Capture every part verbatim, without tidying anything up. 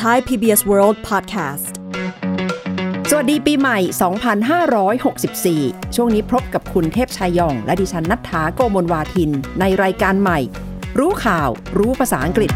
Thai พี บี เอส World Podcast สวัสดีปีใหม่สองพันห้าร้อยหกสิบสี่ช่วงนี้พบกับคุณเทพชัยยองและดิฉันณัฐฐา โกมลวาทินในรายการใหม่รู้ข่าวรู้ภาษาอังกฤษ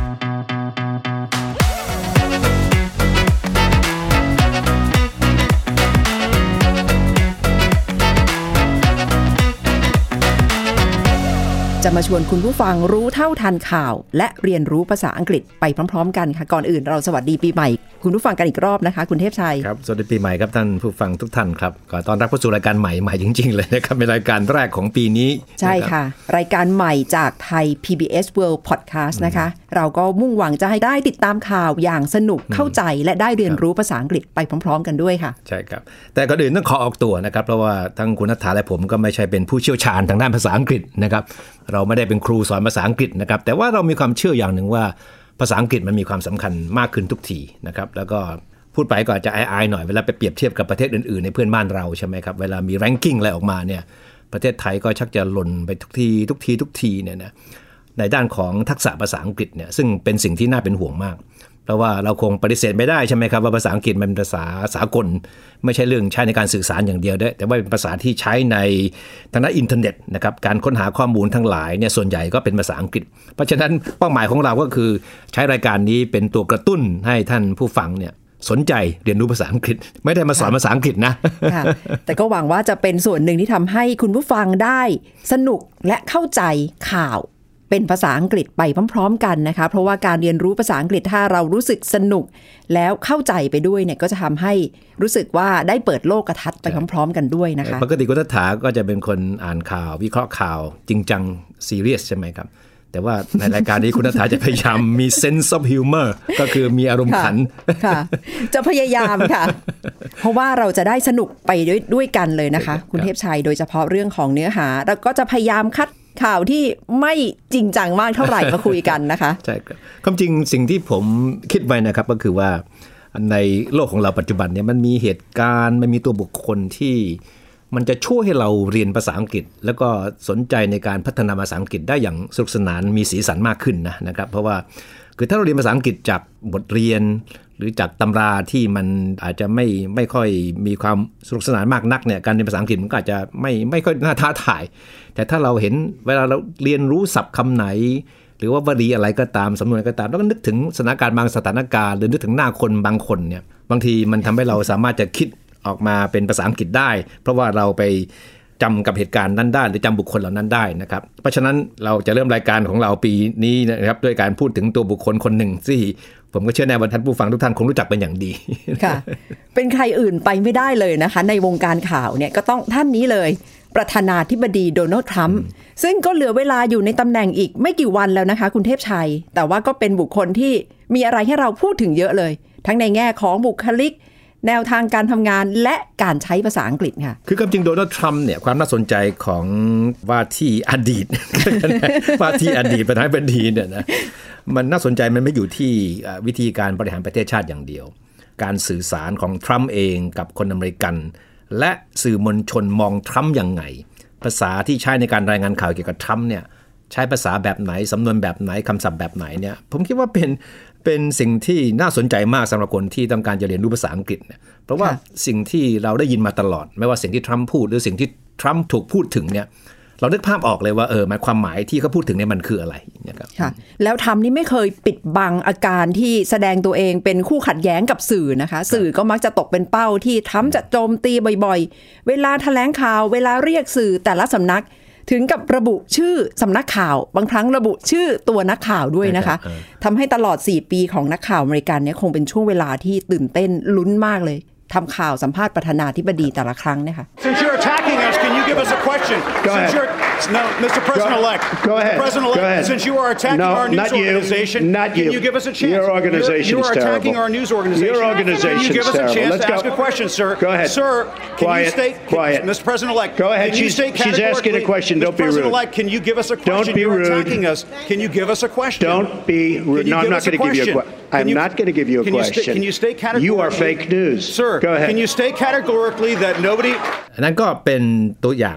จะมาชวนคุณผู้ฟังรู้เท่าทันข่าวและเรียนรู้ภาษาอังกฤษไปพร้อมๆกันค่ะก่อนอื่นเราสวัสดีปีใหม่คุณผู้ฟังกันอีกรอบนะคะคุณเทพชัยครับสวัสดีปีใหม่ครับท่านผู้ฟังทุกท่านครับขอต้อนรับเข้าสู่รายการใหม่ใหม่จริงๆเลยนะครับเป็นรายการแรกของปีนี้ใช่ค่ะรายการใหม่จากไทย พี บี เอส World Podcast นะคะเราก็มุ่งหวังจะให้ได้ติดตามข่าวอย่างสนุกเข้าใจและได้เรียนรู้ภาษาอังกฤษไปพร้อมๆกันด้วยค่ะใช่ครับแต่ก่อนอื่นต้องขอออกตัวนะครับเพราะว่าทั้งคุณณัฐฐาและผมก็ไม่ใช่เป็นผู้เชี่ยวชาญทางด้านภาษาอังกฤษนะครับเราไม่ได้เป็นครูสอนภาษาอังกฤษนะครับแต่ว่าเรามีความเชื่ออย่างหนึ่งว่าภาษาอังกฤษมันมีความสำคัญมากขึ้นทุกทีนะครับแล้วก็พูดไปก็อาจจะอายๆหน่อยเวลาไปเปรียบเทียบกับประเทศอื่นๆในเพื่อนบ้านเราใช่ไหมครับเวลามีแรงกิ้งอะไรออกมาเนี่ยประเทศไทยก็ชักจะหล่นไปทุกทีทุกทีทุกทีเนี่ยนะในด้านของทักษะภาษาอังกฤษเนี่ยซึ่งเป็นสิ่งที่น่าเป็นห่วงมากเพราะว่าเราคงปฏิเสธไม่ได้ใช่ไหมครับว่าภาษาอังกฤษมันเป็นภาษาสากลไม่ใช่เรื่องใช้ในการสื่อสารอย่างเดียวด้วยแต่ว่าเป็นภาษาที่ใช้ในทางด้านอินเทอร์เน็ตนะครับการค้นหาข้อมูลทั้งหลายเนี่ยส่วนใหญ่ก็เป็นภาษาอังกฤษเพราะฉะนั้นเป้าหมายของเราก็คือใช้รายการนี้เป็นตัวกระตุ้นให้ท่านผู้ฟังเนี่ยสนใจเรียนรู้ภาษาอังกฤษไม่ได้มาสอนภาษาอังกฤษนะแต่ก็หวังว่าจะเป็นส่วนหนึ่งที่ทำให้คุณผู้ฟังได้สนุกและเข้าใจข่าวเป็นภาษาอังกฤษไปพร้อมๆกันนะคะเพราะว่าการเรียนรู้ภาษาอังกฤษถ้าเรารู้สึกสนุกแล้วเข้าใจไปด้วยเนี่ยก็จะทำให้รู้สึกว่าได้เปิดโลกทัศน์ไปพร้อมๆกันด้วยนะคะปกติคุณณัฐฐาก็จะเป็นคนอ่านข่าววิเคราะห์ข่าวจริงจังซีเรียสใช่ไหมครับแต่ว่าในรายการนี้คุณณัฐฐาจะพยายามมี sense of humor ก็คือมีอารมณ์ขันค่ะจะพยายามค่ะเพราะว่าเราจะได้สนุกไปด้วยด้วยกันเลยนะคะคุณเทพชัยโดยเฉพาะเรื่องของเนื้อหาแล้วก็จะพยายามคัดข่าวที่ไม่จริงจังมากเท่าไหร่มาคุยกันนะคะใช่ครับความจริงสิ่งที่ผมคิดไว้นะครับก็คือว่าในโลกของเราปัจจุบันเนี่ยมันมีเหตุการณ์มันมีตัวบุคคลที่มันจะช่วยให้เราเรียนภาษาอังกฤษแล้วก็สนใจในการพัฒนาภาษาอังกฤษได้อย่างสนุกสนานมีสีสันมากขึ้นนะนะครับเพราะว่าคือถ้าเราเรียนภาษาอังกฤษจากบทเรียนหรือจากตำราที่มันอาจจะไม่ไม่ค่อยมีความสนุกสนานมากนักเนี่ยการเรียนภาษาอังกฤษมันก็อาจจะไม่ไม่ค่อยน่าท้าทายแต่ถ้าเราเห็นเวลาเราเรียนรู้ศัพท์คำไหนหรือว่าวลีอะไรก็ตามสำนวนก็ตามแล้วก็นึกถึงสถานการณ์บางสถานการณ์หรือนึกถึงหน้าคนบางคนเนี่ยบางทีมันทำให้เราสามารถจะคิดออกมาเป็นภาษาอังกฤษได้เพราะว่าเราไปจำกับเหตุการณ์นั้นได้หรือจำบุคคลเหล่านั้นได้นะครับเพราะฉะนั้นเราจะเริ่มรายการของเราปีนี้นะครับด้วยการพูดถึงตัวบุคคลคนหนึ่งที่ผมก็เชื่อแน่ว่าท่านผู้ฟังทุกท่านคงรู้จักเป็นอย่างดีค่ะเป็นใครอื่นไปไม่ได้เลยนะคะในวงการข่าวเนี่ยก็ต้องท่านนี้เลยประธานาธิบดีโดนัลด์ทรัมป์ซึ่งก็เหลือเวลาอยู่ในตำแหน่งอีกไม่กี่วันแล้วนะคะคุณเทพชัยแต่ว่าก็เป็นบุคคลที่มีอะไรให้เราพูดถึงเยอะเลยทั้งในแง่ของบุคลิกแนวทางการทำงานและการใช้ภาษาอังกฤษค่ะคือความจริงโดนัลด์ทรัมป์เนี่ยความน่าสนใจของว่าที่อดีต ว่าที่อดีตประธานาธิบดีเนี่ยนะมันน่าสนใจมันไม่อยู่ที่วิธีการบริหารประเทศชาติอย่างเดียวการสื่อสารของทรัมป์เองกับคนอเมริกันและสื่อมวลชนมองทรัมป์ยังไงภาษาที่ใช้ในการรายงานข่าวเกี่ยวกับทรัมป์เนี่ยใช้ภาษาแบบไหนสำนวนแบบไหนคำศัพท์แบบไหนเนี่ยผมคิดว่าเป็นเป็นสิ่งที่น่าสนใจมากสำหรับคนที่ต้องการจะเรียนรู้ภาษาอังกฤษเนี่ยเพราะว่าสิ่งที่เราได้ยินมาตลอดไม่ว่าสิ่งที่ทรัมป์พูดหรือสิ่งที่ทรัมป์ถูกพูดถึงเนี่ยเรานึกภาพออกเลยว่าเออมันความหมายที่เขาพูดถึงเนี่ยมันคืออะไรนะครับค่ะแล้วทรัมป์นี่ไม่เคยปิดบังอาการที่แสดงตัวเองเป็นคู่ขัดแย้งกับสื่อนะคะสื่อก็มักจะตกเป็นเป้าที่ทรัมป์จะโจมตีบ่อยๆเวลาแถลงข่าวเวลาเรียกสื่อแต่ละสำนักถึงกับระบุชื่อสำนักข่าวบางครั้งระบุชื่อตัวนักข่าวด้วยนะคะทำให้ตลอดสี่ปีของนักข่าวอเมริกันเนี่ยคงเป็นช่วงเวลาที่ตื่นเต้นลุ้นมากเลยทำข่าวสัมภาษณ์ประธานาธิบดีแต่ละครั้งนะคะ Since you're attacking us, can you give us a question? Go ahead. No, Mister President-elect. Go ahead. President-elect. Go ahead. Since you are attacking no, our news not organization, you. Not can you. you give us a chance? Your organization you're, is you're attacking terrible. our news organization. Your organization is terrible. Can you give us a chance Let's to go. ask a question, sir? Go ahead. Sir, can Quiet. you state, Quiet. Mister President-elect. Go ahead. Can she's, you state she's asking a question. Don't be rude. Mister President-elect, can you give us a question? Don't be you're rude. attacking us. Can you give us a question? Don't be rude. No, I'm not going to give you a question. I'm not going to give you a question. Can you state categorically? You are fake news. Sir, go ahead. Can you state categorically that nobody? นั่นก็เป็นตัวอย่าง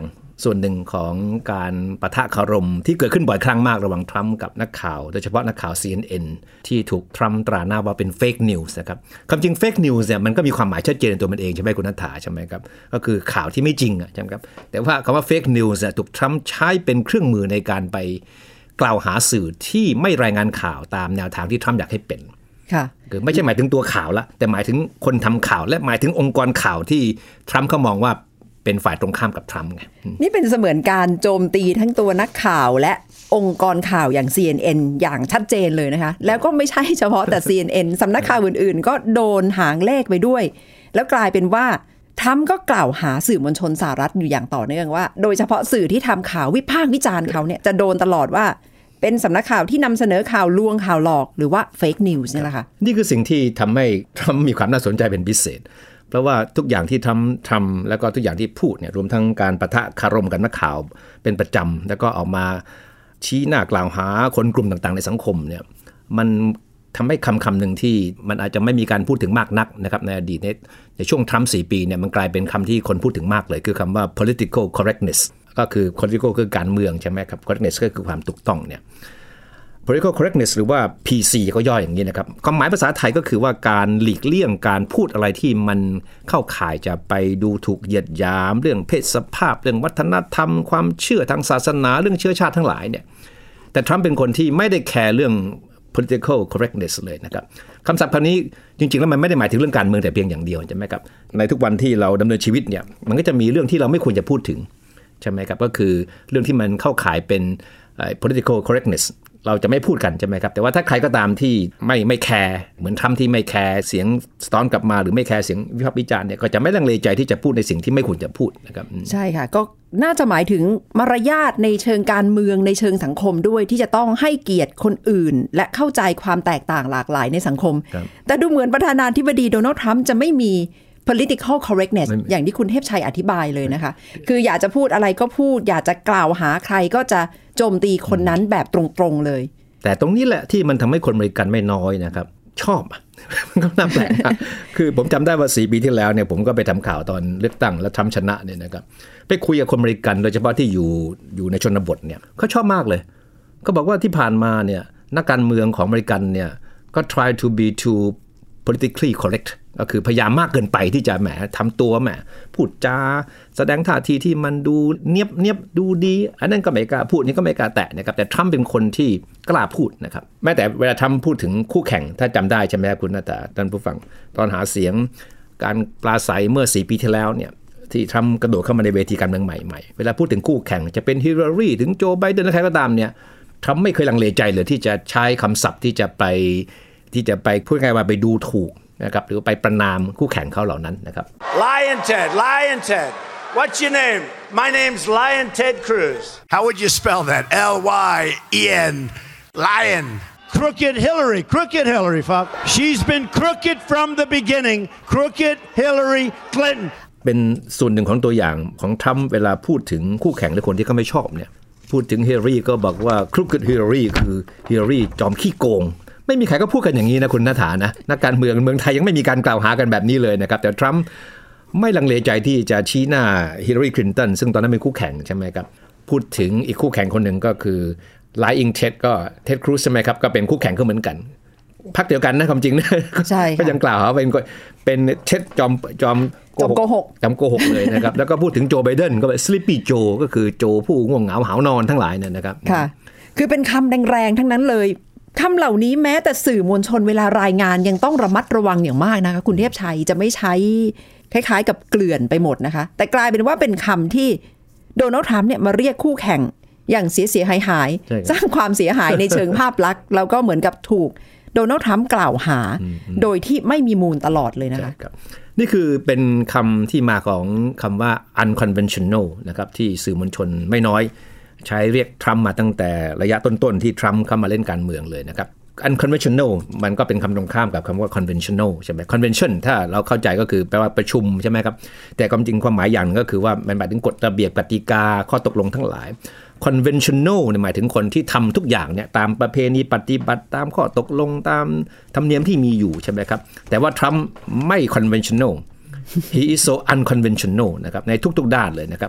ส่วนหนึ่งของการปะทะคารมที่เกิดขึ้นบ่อยครั้งมากระหว่างทรัมป์กับนักข่าวโดยเฉพาะนักข่าว ซี เอ็น เอ็น ที่ถูกทรัมป์ตราหน้าว่าเป็นเฟกนิวส์นะครับคำจริงเฟกนิวส์เนี่ยมันก็มีความหมายชัดเจนในตัวมันเองใช่ไหมคุณณัฐฐาใช่ไหมครับก็คือข่าวที่ไม่จริงอ่ะใช่ไหมครับแต่ว่าคำว่าเฟกนิวส์ถูกทรัมป์ใช้เป็นเครื่องมือในการไปกล่าวหาสื่อที่ไม่รายงานข่าวตามแนวทางที่ทรัมป์อยากให้เป็นคือไม่ใช่หมายถึงตัวข่าวละแต่หมายถึงคนทำข่าวและหมายถึงองค์กรข่าวที่ทรัมป์เขามองว่าเป็นฝ่ายตรงข้ามกับทรัมป์ไงนี่เป็นเสมือนการโจมตีทั้งตัวนักข่าวและองค์กรข่าวอย่าง ซี เอ็น เอ็น อย่างชัดเจนเลยนะคะแล้วก็ไม่ใช่เฉพาะแต่ ซี เอ็น เอ็น สำนักข่าวอื่นๆก็โดนหางเลขไปด้วยแล้วกลายเป็นว่าทรัมป์ก็กล่าวหาสื่อมวลชนสหรัฐอยู่อย่างต่อเนื่องว่าโดยเฉพาะสื่อที่ทำข่าววิพากษ์วิจารณ์เขาเนี่ยจะโดนตลอดว่าเป็นสำนักข่าวที่นำเสนอข่าวลวงข่าวหลอกหรือว่าเฟกนิวส์นี่แหละค่ะนี่คือสิ่งที่ทำให้ทรัมป์มีความน่าสนใจเป็นพิเศษเพราะว่าทุกอย่างที่ทรัมป์ทำแล้วก็ทุกอย่างที่พูดเนี่ยรวมทั้งการปะทะคารมกับนักข่าวเป็นประจำแล้วก็ออกมาชี้หน้ากล่าวหาคนกลุ่มต่างๆในสังคมเนี่ยมันทำให้คำคำหนึ่งที่มันอาจจะไม่มีการพูดถึงมากนักนะครับในอดีตในช่วงทรัมป์สี่ปีเนี่ยมันกลายเป็นคำที่คนพูดถึงมากเลยคือคำว่า political correctness ก็คือ political คือการเมืองใช่ไหมครับ correctness ก็คือความถูกต้องเนี่ย political correctness หรือว่า พี ซี ก็ย่อยอย่างนี้นะครับความหมายภาษาไทยก็คือว่าการหลีกเลี่ยงการพูดอะไรที่มันเข้าข่ายจะไปดูถูกเหยียดหยามเรื่องเพศสภาพเรื่องวัฒนธรรมความเชื่อทางศาสนาเรื่องเชื้อชาติทั้งหลายเนี่ยแต่ทรัมป์เป็นคนที่ไม่ได้แคร์เรื่อง political correctness เลยนะครับคำศัพท์คำนี้จริงๆแล้วมันไม่ได้หมายถึงเรื่องการเมืองแต่เพียงอย่างเดียวใช่ไหมครับในทุกวันที่เราดำเนินชีวิตเนี่ยมันก็จะมีเรื่องที่เราไม่ควรจะพูดถึงใช่ไหมครับก็คือเรื่องที่มันเข้าข่ายเป็น political correctness เราจะไม่พูดกันใช่ไหมครับแต่ว่าถ้าใครก็ตามที่ไม่ไม่แคร์เหมือนทรัมป์ที่ไม่แคร์เสียงสะท้อนกลับมาหรือไม่แคร์เสียงวิพากษ์วิจารณ์เนี่ยก็จะไม่ลังเลใจที่จะพูดในสิ่งที่ไม่ควรจะพูดนะครับใช่ค่ะก็น่าจะหมายถึงมารยาทในเชิงการเมืองในเชิงสังคมด้วยที่จะต้องให้เกียรติคนอื่นและเข้าใจความแตกต่างหลากหลายในสังคมแต่ดูเหมือนประธานาธิบดีโดนัลด์ทรัมป์จะไม่มี political correctness อย่างที่คุณเทพชัยอธิบายเลยนะคะคืออยากจะพูดอะไรก็พูดอยากจะกล่าวหาใครก็จะโจมตีคนนั้นแบบตรงๆเลยแต่ตรงนี้แหละที่มันทำให้คนอเมริกันไม่น้อยนะครับชอบมันก็น่าแปลกคือผมจำได้ว่าสี่ปีที่แล้วเนี่ยผมก็ไปทำข่าวตอนเลือกตั้งแล้วทรัมป์ชนะเนี่ยนะครับไปคุยกับคนอเมริกันโดยเฉพาะที่อยู่อยู่ในชนบทเนี่ยเขาชอบมากเลยเขาบอกว่าที่ผ่านมาเนี่ยนักการเมืองของอเมริกันเนี่ยก็ try to be too politically correct ก็คือพยายามมากเกินไปที่จะแหมทำตัวแหมพูดจาแสดงท่าทีที่มันดูเนียบเนียบดูดีอันนั้นก็ไม่กล้าพูดนี่ก็ไม่กล้าแตะนะครับแต่ทรัมป์เป็นคนที่กล้าพูดนะครับแม้แต่เวลาทรัมป์พูดถึงคู่แข่งถ้าจำได้ใช่ไหมครับคุณณัฐฐาท่านผู้ฟังตอนหาเสียงการปราศัยเมื่อสี่ปีที่แล้วเนี่ยที่ทรัมป์กระโดดเข้ามาในเวทีการเมืองใหม่ๆเวลาพูดถึงคู่แข่งจะเป็นฮิลลารีถึงโจไบเดนใครก็ตามเนี่ยทรัมป์ไม่เคยลังเลใจเลยที่จะใช้คำศัพท์ที่จะไปที่จะไปพูดง่ายว่าไปดูถูกนะครับหรือไปประณามคู่แข่งเขาเหล่านั้นนะครับ Lion Ted Lion Ted What's your name My name's Lion Ted Cruz How would you spell that L Y E N Lion Crooked Hillary Crooked Hillary fuck She's been crooked from the beginning Crooked Hillary Clinton เป็นส่วนหนึ่งของตัวอย่างของทรัมป์เวลาพูดถึงคู่แข่งหรือคนที่เขาไม่ชอบเนี่ยพูดถึงฮิลลารีก็บอกว่า Crooked Hillary คือฮิลลารีจอมขี้โกงไม่มีใครก็พูดกันอย่างนี้นะคุณณัฐฐานะนักการเมืองเมืองไทยยังไม่มีการกล่าวหากันแบบนี้เลยนะครับแต่ทรัมป์ไม่ลังเลใจที่จะชี้หน้าฮิลลารีคลินตันซึ่งตอนนั้นเป็นคู่แข่งใช่ไหมครับพูดถึงอีกคู่แข่งคนหนึ่งก็คือไลอิงเท็ดก็เท็ดครูซใช่ไหมครับก็เป็นคู่แข่งก็เหมือนกันพรรคเดียวกันนะความจริงนะก็ยังกล่าวหาเป็นเป็นเท็ดจอมจอมโกหกจอมโกหกเลยนะครับแล้วก็พูดถึงโจไบเดนก็เป็นสลิปปี้โจก็คือโจผู้ง่วงเหงาหาวนอนทั้งหลายเนี่ยนะครับค่ะคือเป็นคำแรงๆทั้งนั้นเลยคำเหล่านี้แม้แต่สื่อมวลชนเวลารายงานยังต้องระมัดระวังอย่างมากนะคะคุณเทพชัยจะไม่ใช้คล้ายๆกับเกลื่อนไปหมดนะคะแต่กลายเป็นว่าเป็นคำที่โดนัลด์ทรัมป์เนี่ยมาเรียกคู่แข่งอย่างเสียเสียหายหายสร้างความเสียหายในเชิงภาพลักษณ์แล้วก็เหมือนกับถูกโดนัลด์ทรัมป์กล่าวหาโดยที่ไม่มีมูลตลอดเลยนะคะนี่คือเป็นคำที่มาของคำว่า unconventional นะครับที่สื่อมวลชนไม่น้อยใช้เรียกทรัมป์มาตั้งแต่ระยะต้นๆที่ทรัมป์เข้ามาเล่นการเมืองเลยนะครับ unconventional มันก็เป็นคำตรงข้ามกับคำว่า conventional ใช่ไหม convention ถ้าเราเข้าใจก็คือแปลว่าประชุมใช่ไหมครับแต่ความจริงความหมายอย่างก็คือว่ามันหมายถึงกฎระเบียบกติกาข้อตกลงทั้งหลาย conventional หมายถึงคนที่ทำทุกอย่างเนี่ยตามประเพณีปฏิบัติตามข้อตกลงตามธรรมเนียมที่มีอยู่ใช่ไหมครับแต่ว่าทรัมป์ไม่ conventional he is so unconventional นะครับในทุกๆด้านเลยนะครับ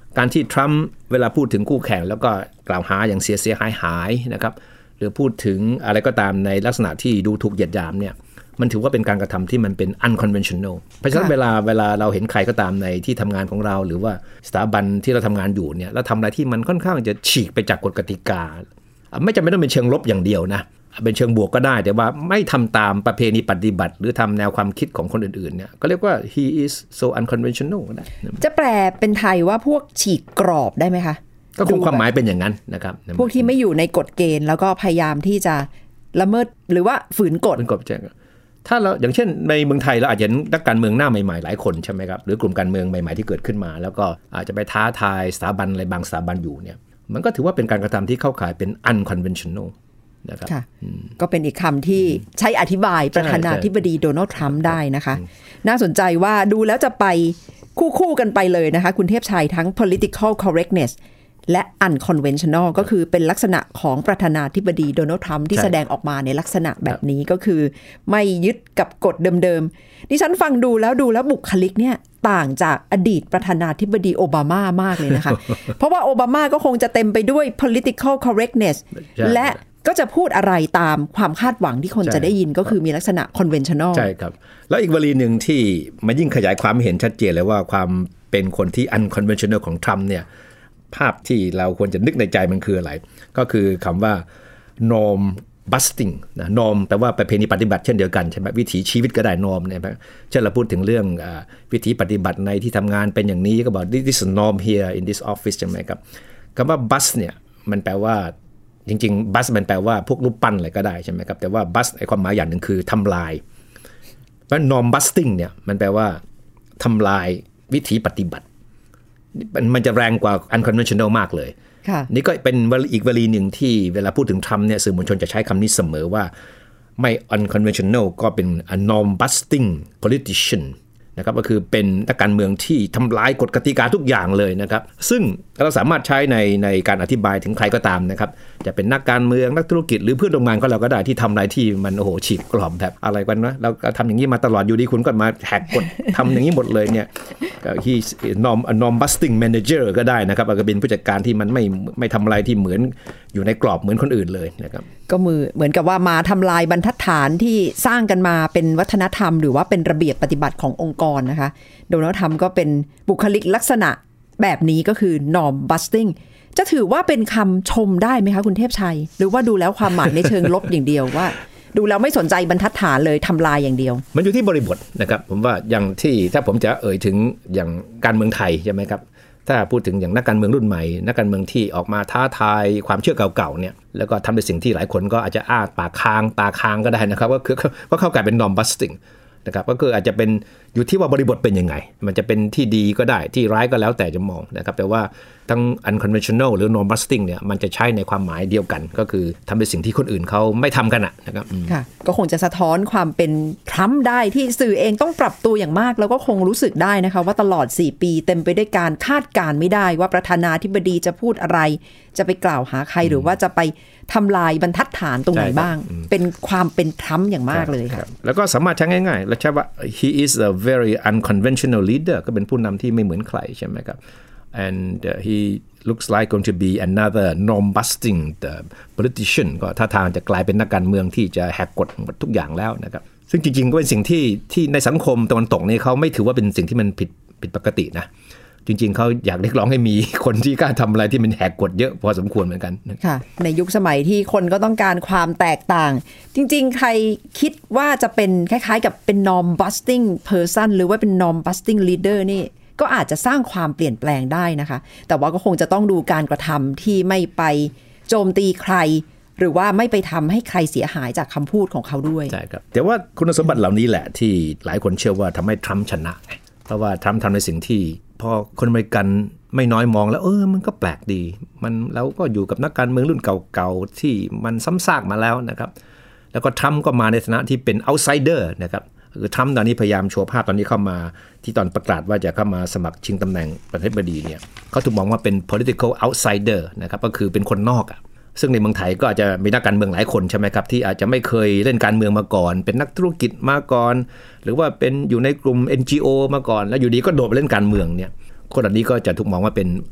การที่ทรัมป์เวลาพูดถึงคู่แข่งแล้วก็กล่าวหาอย่างเสียเสียหายหายนะครับหรือพูดถึงอะไรก็ตามในลักษณะที่ดูถูกเหยียดหยามเนี่ยมันถือว่าเป็นการกระทำที่มันเป็น unconventional เพราะฉะนั้นเวลาเวลาเราเห็นใครก็ตามในที่ทำงานของเราหรือว่าสถาบันที่เราทำงานอยู่เนี่ยแล้วทำอะไรที่มันค่อนข้างจะฉีกไปจากกฎกติกาไม่จำเป็นต้องเป็นเชิงลบอย่างเดียวนะเป็นเชิงบวกก็ได้แต่ว่าไม่ทำตามประเพณีปฏิบัติหรือทำแนวความคิดของคนอื่นๆเนี่ยก็เรียกว่า he is so unconventional นะจะแปลเป็นไทยว่าพวกฉีกกรอบได้ไหมคะก็คงความหมายเป็นอย่างนั้นนะครับพวกที่ไม่อยู่ในกฎเกณฑ์แล้วก็พยายามที่จะละเมิดหรือว่าฝืนกฎเป็นกฎแจ้งถ้าเราอย่างเช่นในเมืองไทยเราอาจจะเห็นนักการเมืองหน้าใหม่ๆหลายคนใช่ไหมครับหรือกลุ่มการเมืองใหม่ๆที่เกิดขึ้นมาแล้วก็อาจจะไปท้าทายสถาบันอะไรบางสถาบันอยู่เนี่ยมันก็ถือว่าเป็นการกระทำที่เข้าข่ายเป็น unconventional นะครับก็เป็นอีกคำที่ใช้อธิบายประธานาธิบดีโดนัลด์ทรัมป์ได้นะคะน่าสนใจว่าดูแล้วจะไปคู่ๆกันไปเลยนะคะคุณเทพชัยทั้ง political correctness และ unconventional ก็คือเป็นลักษณะของประธานาธิบดีโดนัลด์ทรัมป์ที่แสดงออกมาในลักษณะแบบนี้ก็คือไม่ยึดกับกฎเดิมๆดิฉันฟังดูแล้วดูแล้วบุคลิกเนี่ยต่างจากอดีตประธานาธิบดีโอบามามากเลยนะคะ เพราะว่าโอบามาก็คงจะเต็มไปด้วย political correctness และก็จะพูดอะไรตามความคาดหวังที่คนจะได้ยินก็คือมีลักษณะ conventional ใช่ครับแล้วอีกวลีหนึ่งที่มันยิ่งขยายความเห็นชัดเจนเลยว่าความเป็นคนที่ unconventional ของทรัมป์เนี่ยภาพที่เราควรจะนึกในใจมันคืออะไรก็คือคำว่า norm busting นะ norm แปลว่าประเพณีปฏิบัติเช่นเดียวกันใช่ไหมวิถีชีวิตก็ได้ norm เนี่ยเช่นเราพูดถึงเรื่องอ่าวิถีปฏิบัติในที่ทำงานเป็นอย่างนี้ก็บอก this is norm here in this office ใช่ไหมครับคำว่า bust เนี่ยมันแปลว่าจริงๆ bust มันแปลว่าพวกรูปปั้นอะไรก็ได้ใช่ไหมครับแต่ว่า bust ไอ้ความหมายอย่างหนึ่งคือทำลายเพราะ norm busting เนี่ยมันแปลว่าทำลายวิถีปฏิบัติมันจะแรงกว่า unconventional มากเลยนี่ก็เป็นอีกวลีหนึ่งที่เวลาพูดถึงทรัมป์เนี่ยสื่อมวลชนจะใช้คำนี้เสมอว่าไม่ unconventional ก็เป็น a norm busting politician นะครับก็คือเป็นนักการเมืองที่ทำลายกฎกติกาทุกอย่างเลยนะครับซึ่งเราสามารถใช้ในในการอธิบายถึงใครก็ตามนะครับจะเป็นนักการเมืองนักธุรกิจหรือเพื่อนร่วมงานก็เราก็ได้ที่ทำอะไรที่มันโอ้โหฉีกกรอบแบบอะไรกันนะเราทำอย่างนี้มาตลอดอยู่ดีคุณก็มาแหกกฎทำอย่างนี้หมดเลยเนี่ย he norm a norm busting manager ก็ได้นะครับก็เป็นผู้จัดการที่มันไม่ไม่ทำอะไรที่เหมือนอยู่ในกรอบเหมือนคนอื่นเลยนะครับก็มือเหมือนกับว่ามาทำลายบรรทัดฐานที่สร้างกันมาเป็นวัฒนธรรมหรือว่าเป็นระเบียบปฏิบัติขององค์กรนะคะโดนัลด์ทรัมป์ก็เป็นบุคลิกลักษณะแบบนี้ก็คือ norm busting จะถือว่าเป็นคำชมได้ไหมคะคุณเทพชัยหรือว่าดูแล้วความหมายในเชิงลบอย่างเดียวว่าดูแล้วไม่สนใจบรรทัดฐานเลยทำลายอย่างเดียวมันอยู่ที่บริบทนะครับผมว่าอย่างที่ถ้าผมจะเอ่ยถึงอย่างการเมืองไทยใช่ไหมครับถ้าพูดถึงอย่างนักการเมืองรุ่นใหม่นักการเมืองที่ออกมาท้าทายความเชื่อเก่าๆเนี่ยแล้วก็ทำในสิ่งที่หลายคนก็อาจจะอ้าปากค้างตาค้างก็ได้นะครับก็คือก็เข้ากลายเป็น norm busting นะครับก็คืออาจจะเป็นอยู่ที่ว่าบริบทเป็นยังไงมันจะเป็นที่ดีก็ได้ที่ร้ายก็แล้วแต่จะมองนะครับแต่ว่าทั้ง unconventional หรือ norm busting เนี่ยมันจะใช้ในความหมายเดียวกันก็คือทำในสิ่งที่คนอื่นเขาไม่ทำกันนะครับค่ะก็คงจะสะท้อนความเป็นทรัมป์ได้ที่สื่อเองต้องปรับตัวอย่างมากแล้วก็คงรู้สึกได้นะคะว่าตลอดสี่ปีเต็มไปด้วยการคาดการณ์ไม่ได้ว่าประธานาธิบดีจะพูดอะไรจะไปกล่าวหาใครหรือว่าจะไปทำลายบรรทัดฐานตรงไหนบ้างเป็นความเป็นทรัมป์อย่างมากเลยค่ะแล้วก็สามารถใช้ง่ายๆแล้วใช้ว่า he is a very unconventional leader ก็เป็นผู้นำที่ไม่เหมือนใครใช่ไหมครับ and uh, he looks like going to be another norm busting the politician ก็ท่าทางจะกลายเป็นนักการเมืองที่จะแหกกฎหมดทุกอย่างแล้วนะครับซึ่งจริงๆก็เป็นสิ่งที่ที่ในสังคมตะวันตกนี่เขาไม่ถือว่าเป็นสิ่งที่มันผิดผิดปกตินะจริงๆเขาอยากเรียกร้องให้มีคนที่กล้าทำอะไรที่มันแหกกฎเยอะพอสมควรเหมือนกันค่ะในยุคสมัยที่คนก็ต้องการความแตกต่างจริงๆใครคิดว่าจะเป็นคล้ายๆกับเป็น norm busting person หรือว่าเป็น norm busting leader นี่ก็อาจจะสร้างความเปลี่ยนแปลงได้นะคะแต่ว่าก็คงจะต้องดูการกระทำที่ไม่ไปโจมตีใครหรือว่าไม่ไปทำให้ใครเสียหายจากคำพูดของเขาด้วยใช่ครับแต่ว่าคุณสมบัติเหล่านี้แหละที่หลายคนเชื่อว่าทำให้ทรัมป์ชนะเพราะว่าทรัมป์ทำในสิ่งที่พอคนอเมริกันไม่น้อยมองแล้วเออมันก็แปลกดีมันแล้วก็อยู่กับนักการเมืองรุ่นเก่าๆที่มันซ้ำซากมาแล้วนะครับแล้วก็ทรัมป์ก็มาในฐานะที่เป็น outsider นะครับคือทรัมป์ตอนนี้พยายามโชว์ภาพตอนนี้เข้ามาที่ตอนประกาศว่าจะเข้ามาสมัครชิงตำแหน่งประธานาธิบดีเนี่ยเขาถูกมองว่าเป็น political outsider นะครับก็คือเป็นคนนอกอ่ะซึ่งในเมืองไทยก็อาจจะมีนักการเมืองหลายคนใช่ไหมครับที่อาจจะไม่เคยเล่นการเมืองมาก่อนเป็นนักธุรกิจมาก่อนหรือว่าเป็นอยู่ในกลุ่ม เอ็น จี โอ มาก่อนแล้วอยู่ดีก็โดดไปเล่นการเมืองเนี่ยคนเหล่านี้ก็จะถูกมองว่าเป็น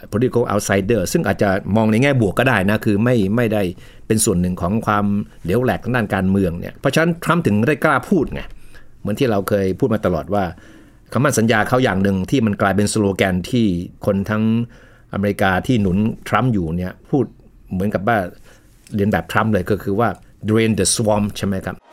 political outsider ซึ่งอาจจะมองในแง่บวกก็ได้นะคือไม่ไม่ได้เป็นส่วนหนึ่งของความเหลวแหลกทางด้านการเมืองเนี่ยเพราะฉะนั้นทรัมป์ถึงได้กล้าพูดไงเหมือนที่เราเคยพูดมาตลอดว่าคำมั่นสัญญาเขาอย่างหนึ่งที่มันกลายเป็นสโลแกนที่คนทั้งอเมริกาที่หนุนทรัมป์อยู่เนี่ยพูดเหมือนกับว่าเรียนแบบทรัมป์เลยก็คือว่า drain the swamp ใช่ไหมครับ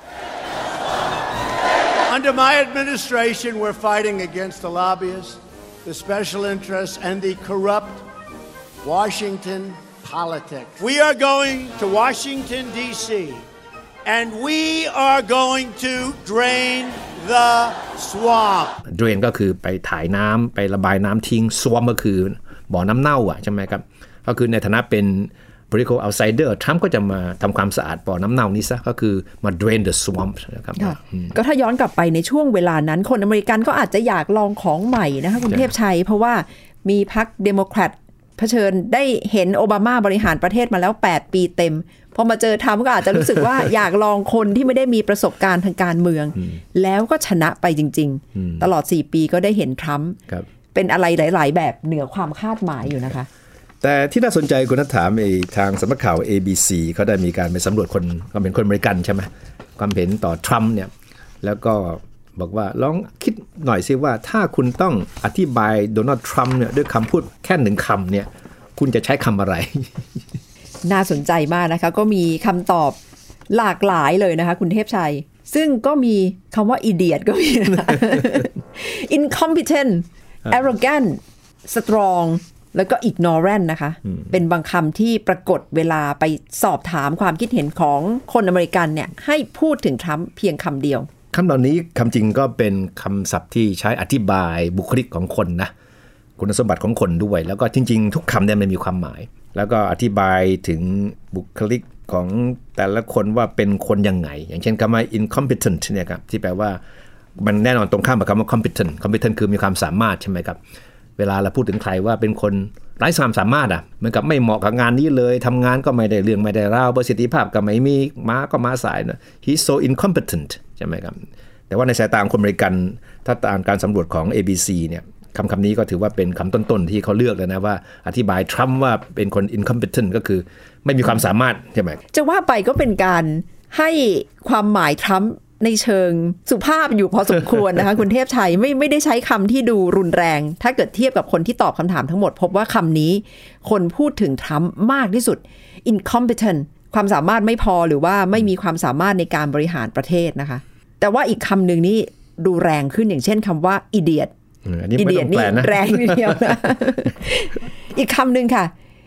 Under my administration, we're fighting against the lobbyists, the special interests, and the corrupt Washington politics. We are going to Washington, D C, and we are going to drain the swamp. drain ก็คือไปถ่ายน้ำไประบายน้ำทิ้ง swamp ก็คือบ่อน้ำเน่าอ่ะใช่ไหมครับก็คือในฐานะเป็น political outsider ทรัมป์ก็จะมาทำความสะอาดบ่อน้ำเน่านี้ซะก็คือมา drain the swamp นะครับก็ถ้าย้อนกลับไปในช่วงเวลานั้นคนอเมริกันก็อาจจะอยากลองของใหม่นะคะคุณเทพชัยเพราะว่ามีพรรคเดโมแครตเผชิญได้เห็นโอบามาบริหารประเทศมาแล้วแปดปีเต็มพอมาเจอทรัมป์ก็อาจจะรู้สึกว่า อยากลองคนที่ไม่ได้มีประสบการณ์ทางการเมืองแล้วก็ชนะไปจริงๆตลอดสี่ปีก็ได้เห็นทรัมป์เป็นอะไรหลายๆแบบเหนือความคาดหมายอยู่นะคะแต่ที่น่าสนใจคุณนัทถามไอ้ทางสำนักข่าว เอ บี ซี เขาได้มีการไปสำรวจคนความเป็นคนอเมริกันใช่ไหมความเห็นต่อทรัมป์เนี่ยแล้วก็บอกว่าลองคิดหน่อยสิว่าถ้าคุณต้องอธิบายโดนัลด์ทรัมป์เนี่ยด้วยคำพูดแค่หนึ่งคำเนี่ยคุณจะใช้คำอะไรน่าสนใจมากนะคะก็มีคำตอบหลากหลายเลยนะคะคุณเทพชัยซึ่งก็มีคำว่า idiot ก็มีนะ incompetent arrogant strongแล้วก็ ignorant นะคะเป็นบางคำที่ปรากฏเวลาไปสอบถามความคิดเห็นของคนอเมริกันเนี่ยให้พูดถึงทรัมป์เพียงคำเดียวคำเหล่านี้คำจริงก็เป็นคำศัพท์ที่ใช้อธิบายบุคลิกของคนนะคุณสมบัติของคนด้วยแล้วก็จริงๆทุกคำเนี่ยมันมีความหมายแล้วก็อธิบายถึงบุคลิกของแต่ละคนว่าเป็นคนยังไงอย่างเช่นคำว่า incompetent เนี่ยครับที่แปลว่ามันแน่นอนตรงข้ามกับคำว่า competent competent คือมีความสามารถใช่ไหมครับเวลาเราพูดถึงใครว่าเป็นคนไร้ความสามารถอ่ะเหมือนกับไม่เหมาะกับงานนี้เลยทำงานก็ไม่ได้เรื่องไม่ได้ราวประสิทธิภาพก็ไม่มีม้าก็ม้าสายนะ he's so incompetent ใช่ไหมครับแต่ว่าในสายตาของคนอเมริกันถ้าตามการสำรวจของ เอ บี ซี เนี่ยคำคำนี้ก็ถือว่าเป็นคำต้นๆที่เขาเลือกเลยนะว่าอธิบายทรัมป์ว่าเป็นคน incompetent ก็คือไม่มีความสามารถใช่ไหมจะว่าไปก็เป็นการให้ความหมายทรัมป์ในเชิงสุภาพอยู่พอสมควรนะคะ คุณเทพชัยไม่ไม่ได้ใช้คำที่ดูรุนแรงถ้าเกิดเทียบกับคนที่ตอบคำถามทั้งหมดพบว่าคำนี้คนพูดถึงทรัมป์มากที่สุด incompetent ความสามารถไม่พอหรือว่าไม่มีความสามารถในการบริหารประเทศนะคะแต่ว่าอีกคำหนึ่งนี่ดูแรงขึ้นอย่างเช่นคำว่า idiot idiot นี่แรงนิดเดียวนะ อีกคำหนึ่งค่ะ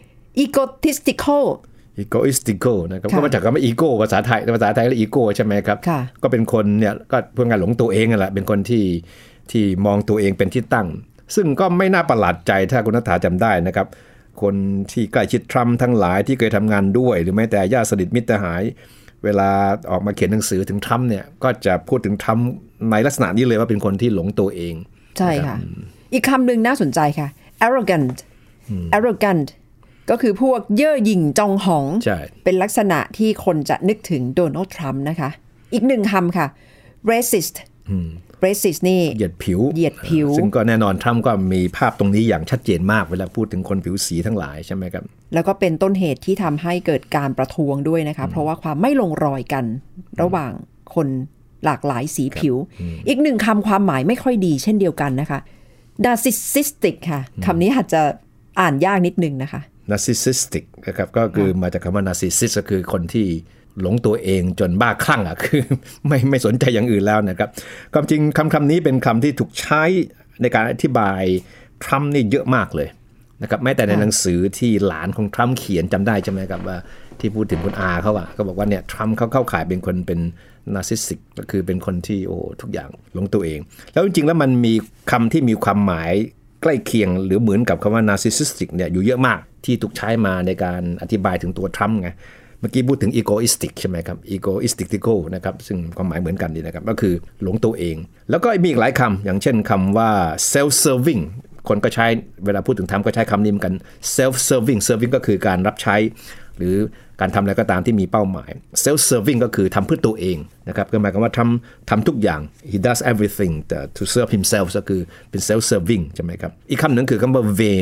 egotistical egoistical นะครับก็มาจากคำว่า ego ภาษาไทยภาษาไทยเรียก ego ใช่ไหมครับก็เป็นคนเนี่ยก็เพื่อการหลงตัวเองนั่นแหละเป็นคนที่ที่มองตัวเองเป็นที่ตั้งซึ่งก็ไม่น่าประหลาดใจถ้าคุณนัทธาจำได้นะครับคนที่ใกล้ชิดทรัมป์ทั้งหลายที่เคยทำงานด้วยหรือแม้แต่ญาติสนิทมิตรหายเวลาออกมาเขียนหนังสือถึงทรัมป์เนี่ยก็จะพูดถึงทรัมป์ในลักษณะนี้เลยว่าเป็นคนที่หลงตัวเองใช่ค่ะอีกคำหนึ่งน่าสนใจค่ะ arrogant arrogantก็คือพวกเย่อหยิ่งจองหองเป็นลักษณะที่คนจะนึกถึงโดนัลด์ทรัมป์นะคะอีกหนึ่งคำค่ะ racist racist นี่เหยียดผิวเหยียดผิวซึ่งก็แน่นอนทรัมป์ก็มีภาพตรงนี้อย่างชัดเจนมากเวลาพูดถึงคนผิวสีทั้งหลายใช่ไหมครับแล้วก็เป็นต้นเหตุที่ทำให้เกิดการประท้วงด้วยนะคะเพราะว่าความไม่ลงรอยกันระหว่างคนหลากหลายสีผิวอีกหนึ่งคำความหมายไม่ค่อยดีเช่นเดียวกันนะคะ narcissistic ค่ะคำนี้อาจจะอ่านยากนิดนึงนะคะ narcissistic นะครับก็คือมาจากคำว่า narcissist ก็คือคนที่หลงตัวเองจนบ้าคลั่งอ่ะคือไม่ไม่สนใจอย่างอื่นแล้วนะครับความจริงคำคำนี้เป็นคำที่ถูกใช้ในการอธิบายทรัมป์นี่เยอะมากเลยนะครับแม้แต่ในหนังสือที่หลานของทรัมป์เขียนจำได้ใช่ไหมครับว่าที่พูดถึงคุณอาเขาอ่ะก็บอกว่าเนี่ยทรัมป์เขาเข้าข่ายเป็นคนเป็น narcissistic ก็คือเป็นคนที่โอ้ทุกอย่างหลงตัวเองแล้วจริงๆแล้วมันมีคำที่มีความหมายใกล้เคียงหรือเหมือนกับคำว่า narcissistic เนี่ยอยู่เยอะมากที่ถูกใช้มาในการอธิบายถึงตัวทรัมป์ไงเมื่อกี้พูดถึง egoistic ใช่ไหมครับ egoistical นะครับซึ่งความหมายเหมือนกันดีนะครับก็คือหลงตัวเองแล้วก็มีอีกหลายคำอย่างเช่นคำว่า self serving คนก็ใช้เวลาพูดถึงทรัมป์ก็ใช้คำนี้เหมือนกัน self serving serving ก็คือการรับใช้หรือการทำอะไรก็ตามที่มีเป้าหมาย self serving ก็คือทำเพื่อตัวเองนะครับก็หมายความว่าทำทำทุกอย่าง he does everything to serve himself ก็คือเป็น self serving ใช่ไหมครับอีกคำหนึ่งคือคำว่า vain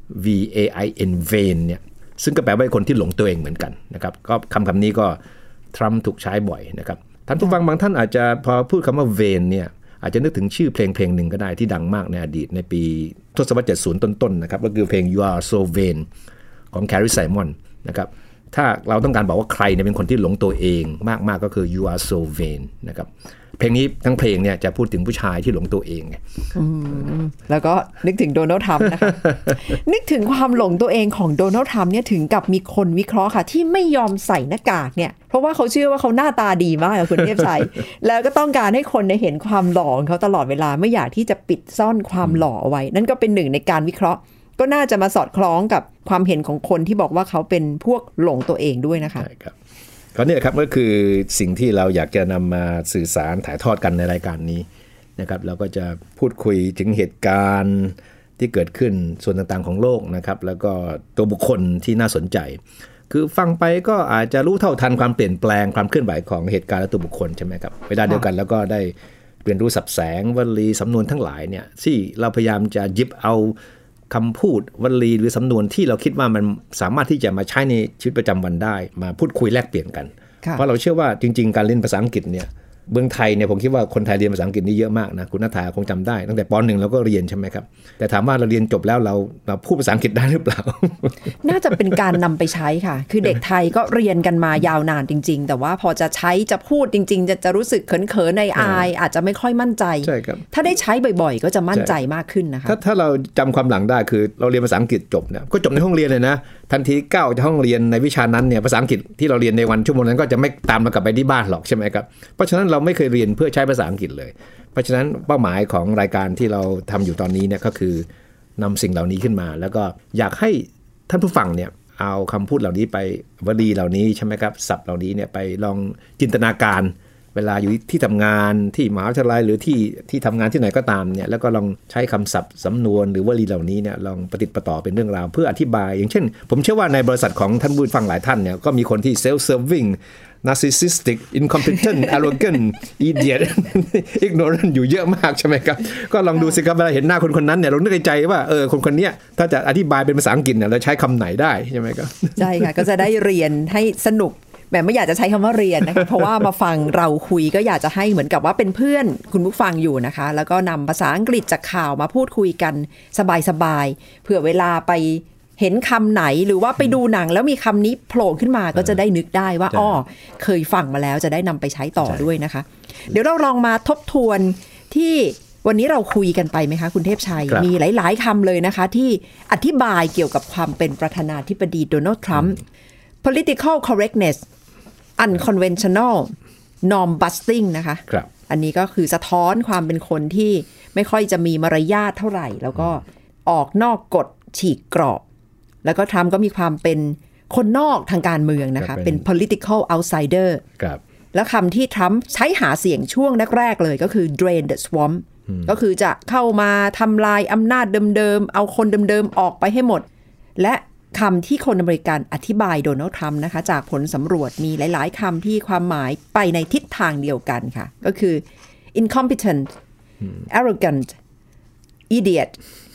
V A I N vain เนี่ยซึ่งก็แปลว่าคนที่หลงตัวเองเหมือนกันนะครับก็คำคำนี้ก็ทรัมป์ถูกใช้บ่อยนะครับท่านผู้ฟังบางท่านอาจจะพอพูดคำว่า vain เนี่ยอาจจะนึกถึงชื่อเพลงเพลงหนึ่งก็ได้ที่ดังมากในอดีตในปีทศวรรษเจ็ดสิบต้นๆนะครับก็คือเพลง You Are So Vain ของ Carrie Simon นะครับถ้าเราต้องการบอกว่าใครเนี่ยเป็นคนที่หลงตัวเองมากๆก็คือ You Are So Vain นะครับเพลงนี้ทั้งเพลงเนี่ยจะพูดถึงผู้ชายที่หลงตัวเองไงแล้วก็นึกถึงโดนัลด์ทรัมป์นะคะ นึกถึงความหลงตัวเองของโดนัลด์ทรัมป์เนี่ยถึงกับมีคนวิเคราะห์ค่ะที่ไม่ยอมใส่หน้ากากเนี่ยเพราะว่าเขาเชื่อว่าเขาหน้าตาดีมากคุณเทพชัย แล้วก็ต้องการให้คนได้เห็นความหล่อของเขาตลอดเวลาไม่อยากที่จะปิดซ่อนความหล่อเอาไว้นั่นก็เป็นหนึ่งในการวิเคราะห์ก็น่าจะมาสอดคล้องกับความเห็นของคนที่บอกว่าเขาเป็นพวกหลงตัวเองด้วยนะคะใช่ครับก็เนี่ยครับก็คือสิ่งที่เราอยากจะนำมาสื่อสารถ่ายทอดกันในรายการนี้นะครับเราก็จะพูดคุยถึงเหตุการณ์ที่เกิดขึ้นส่วนต่างๆของโลกนะครับแล้วก็ตัวบุคคลที่น่าสนใจคือฟังไปก็อาจจะรู้เท่าทันความเปลี่ยนแปลงความเคลื่อนไหวของเหตุการณ์และตัวบุคคลใช่ไหมครับเวลาเดียวกันแล้วก็ได้เรียนรู้ศัพท์แสงวลีสำนวนทั้งหลายเนี่ยที่เราพยายามจะหยิบเอาคำพูดวลีหรือสำนวนที่เราคิดว่ามันสามารถที่จะมาใช้ในชีวิตประจำวันได้มาพูดคุยแลกเปลี่ยนกันเพราะเราเชื่อว่าจริงๆการเรียนภาษาอังกฤษเนี่ยเมืองไทยเนี่ยผมคิดว่าคนไทยเรียนภาษาอังกฤษนี่เยอะมากนะคุณณัฐาคงจำได้ตั้งแต่ป.หนึ่งเราก็เรียนใช่ไหมครับแต่ถามว่าเราเรียนจบแล้วเราเราพูดภาษาอังกฤษได้หรือเปล่าน่าจะเป็นการนำไปใช้ค่ะคือเด็กไทยก็เรียนกันมายาวนานจริงๆแต่ว่าพอจะใช้จะพูดจริงๆจะจะรู้สึกเขินๆในอายอาจจะไม่ค่อยมั่นใจใช่ครับถ้าได้ใช้บ่อยๆก็จะมั่นใจมากขึ้นนะคะถ้าถ้าเราจำความหลังได้คือเราเรียนภาษาอังกฤษจบเนี่ยก็จบในห้องเรียนเลยนะทันทีก้าวจากห้องเรียนในวิชานั้นเนี่ยภาษาอังกฤษที่เราเรียนในวันชั่วโมงนั้นก็จะไม่ตามเรากลับไปที่บ้านหรอกใช่ไหมครับเพราะฉะนั้นเราไม่เคยเรียนเพื่อใช้ภาษาอังกฤษเลยเพราะฉะนั้นเป้าหมายของรายการที่เราทำอยู่ตอนนี้เนี่ยก็คือนำสิ่งเหล่านี้ขึ้นมาแล้วก็อยากให้ท่านผู้ฟังเนี่ยเอาคำพูดเหล่านี้ไปวลีเหล่านี้ใช่ไหมครับศัพท์เหล่านี้เนี่ยไปลองจินตนาการเวลาอยู่ที่ทำงานที่มหาวิทยาลัยหรือที่ที่ทำงานที่ไหนก็ตามเนี่ยแล้วก็ลองใช้คำศัพท์สำนวนหรือวลีเหล่านี้เนี่ยลองปฏิติประต่อเป็นเรื่องราวเพื่ออธิบายอย่างเช่นผมเชื่อว่าในบริษัทของท่านผู้ฟังหลายท่านเนี่ยก็มีคนที่ self serving narcissistic incompetent arrogant idiot ignorant อยู่เยอะมากใช่ไหมครับก็ลองดูสิครับเวลาเห็นหน้าคนคนนั้นเนี่ยเรานึกในใจว่าเออคนคนนี้ถ้าจะอธิบายเป็นภาษาอังกฤษเนี่ยเราใช้คำไหนได้ใช่ไหมครับใช่ค่ะก็จะได้เรียนให้สนุกแบบไม่อยากจะใช้คำว่าเรียนนะคะเพราะว่ามาฟังเราคุยก็อยากจะให้เหมือนกับว่าเป็นเพื่อนคุณผู้ฟังอยู่นะคะแล้วก็นำภาษาอังกฤษจากข่าวมาพูดคุยกันสบายๆเผื่อเวลาไปเห็นคำไหนหรือว่าไปดูหนังแล้วมีคำนี้โผล่ขึ้นมาก็จะได้นึกได้ว่าอ้อเคยฟังมาแล้วจะได้นำไปใช้ต่อด้วยนะคะเดี๋ยวเราลองมาทบทวนที่วันนี้เราคุยกันไปไหมคะคุณเทพชัยมีหลายๆคำเลยนะคะที่อธิบายเกี่ยวกับความเป็นประธานาธิบดีโดนัลด์ทรัมป์ political correctness unconventional norm busting นะคะอันนี้ก็คือสะท้อนความเป็นคนที่ไม่ค่อยจะมีมารยาทเท่าไหร่แล้วก็ออกนอกกฎฉีกกรอบแล้วก็ทรัมป์ก็มีความเป็นคนนอกทางการเมืองนะคะเป็น political outsider แล้วคำที่ทรัมป์ใช้หาเสียงช่วงแรกๆเลยก็คือ drain the swamp ก็คือจะเข้ามาทำลายอำนาจเดิมๆเอาคนเดิมๆออกไปให้หมดและคำที่คนอเมริกันอธิบายโดนัลด์ทรัมป์นะคะจากผลสำรวจมีหลายๆคำที่ความหมายไปในทิศทางเดียวกันค่ะก็คือ incompetent arrogant idiot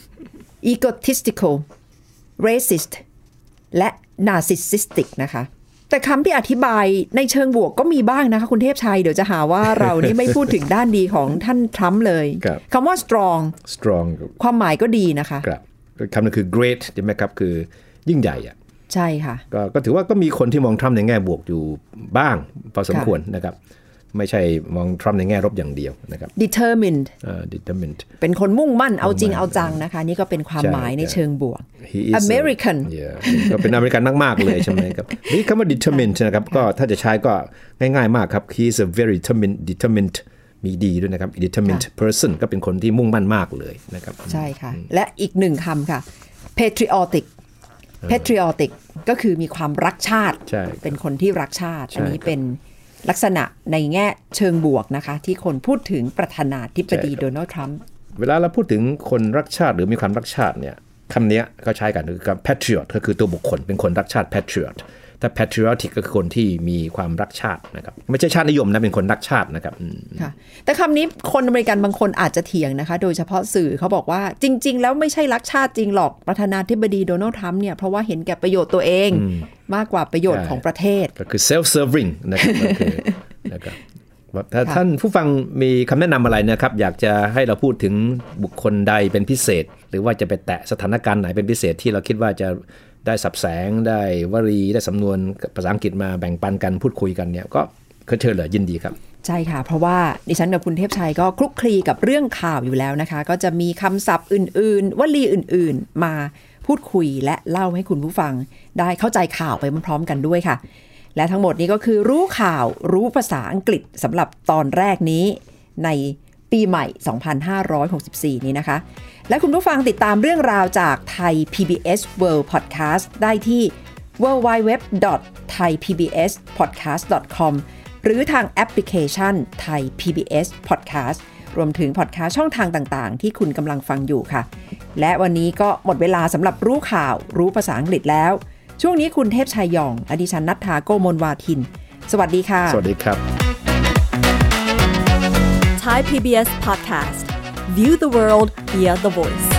egotistical racist และ narcissistic นะคะแต่คำที่อธิบายในเชิงบวกก็มีบ้างนะคะคุณเทพชัยเดี๋ยวจะหาว่าเรานี่ไม่พูดถึงด้านดีของท่านทรัมป์เลยคำว่า strong strong ความหมายก็ดีนะคะคำนึงคือ great ใช่ไหมครับคือยิ่งใหญ่อะใช่ค่ะก็ก็ถือว่าก็มีคนที่มองทรัมป์ในแง่บวกอยู่บ้างพอสมควรนะครับไม่ใช่มองทรัมป์ในแง่ลบอย่างเดียวนะครับ determined uh, determined เป็นคนมุ่งมั่นเอาจริงเอาจังนะคะนี่ก็เป็นความหมายในเชิงบวก American yeah ก็เป็นอเมริกันมากๆเลยใช่ไหมครับนี่คำว่า determined นะครับก็ถ้าจะใช้ก็ง่ายๆมากครับ he is a very determined determined มีดีด้วยนะครับ determined person ก็เป็นคนที่มุ่งมั่นมากเลยนะครับใช่ค่ะและอีกหนึ่งคำค่ะ patriotic patriotic ก็คือมีความรักชาติเป็นคนที่รักชาติอันนี้เป็นลักษณะในแง่เชิงบวกนะคะที่คนพูดถึงประธานาธิบดีโดนัลด์ทรัมป์เวลาเราพูดถึงคนรักชาติหรือมีความรักชาติเนี่ยคำนี้เขาใช้กันคือคำ patriot ก็คือตัวบุคคลเป็นคนรักชาติ patriot ถ้า patriotic ก็คือคนที่มีความรักชาตินะครับไม่ใช่ชาตินิยมนะเป็นคนรักชาตินะครับค่ะแต่คำนี้คนอเมริกันบางคนอาจจะเถียงนะคะโดยเฉพาะสื่อเขาบอกว่าจริงๆแล้วไม่ใช่รักชาติจริงหรอกประธานาธิบดีโดนัลด์ทรัมป์เนี่ยเพราะว่าเห็นแก่ประโยชน์ตัวเองมากกว่าประโยชน์ของประเทศก็คือ self serving นะครับก็คือนะครับถ้าท่านผู้ฟังมีคำแนะนำอะไรนะครับอยากจะให้เราพูดถึงบุคคลใดเป็นพิเศษหรือว่าจะไปแตะสถานการณ์ไหนเป็นพิเศษที่เราคิดว่าจะได้สับแสงได้วลีได้สำนวนภาษาอังกฤษมาแบ่งปันกันพูดคุยกันเนี่ยก็เชิญเลยยินดีครับใช่ค่ะเพราะว่าดิฉันกับคุณเทพชัยก็คลุกคลีกับเรื่องข่าวอยู่แล้วนะคะก็จะมีคำศัพท์อื่นๆวลีอื่นๆมาพูดคุยและเล่าให้คุณผู้ฟังได้เข้าใจข่าวไปพร้อมๆกันด้วยค่ะและทั้งหมดนี้ก็คือรู้ข่าวรู้ภาษาอังกฤษสำหรับตอนแรกนี้ในปีใหม่สองพันห้าร้อยหกสิบสี่นี้นะคะและคุณผู้ฟังติดตามเรื่องราวจากไทย พี บี เอส World Podcast ได้ที่ ดับเบิลยู ดับเบิลยู ดับเบิลยู ดอท ไทย พี บี เอส พอดแคสต์ ดอท คอม หรือทางแอปพลิเคชัน Thai พี บี เอส Podcast รวมถึงพอดแคสต์ช่องทางต่างๆที่คุณกำลังฟังอยู่ค่ะและวันนี้ก็หมดเวลาสำหรับรู้ข่าวรู้ภาษาอังกฤษแล้วช่วงนี้คุณเทพชัยยองและดิฉันณัฐฐา โกมลวาทินสวัสดีค่ะสวัสดีครับ Thai พี บี เอส Podcast View the world via the voice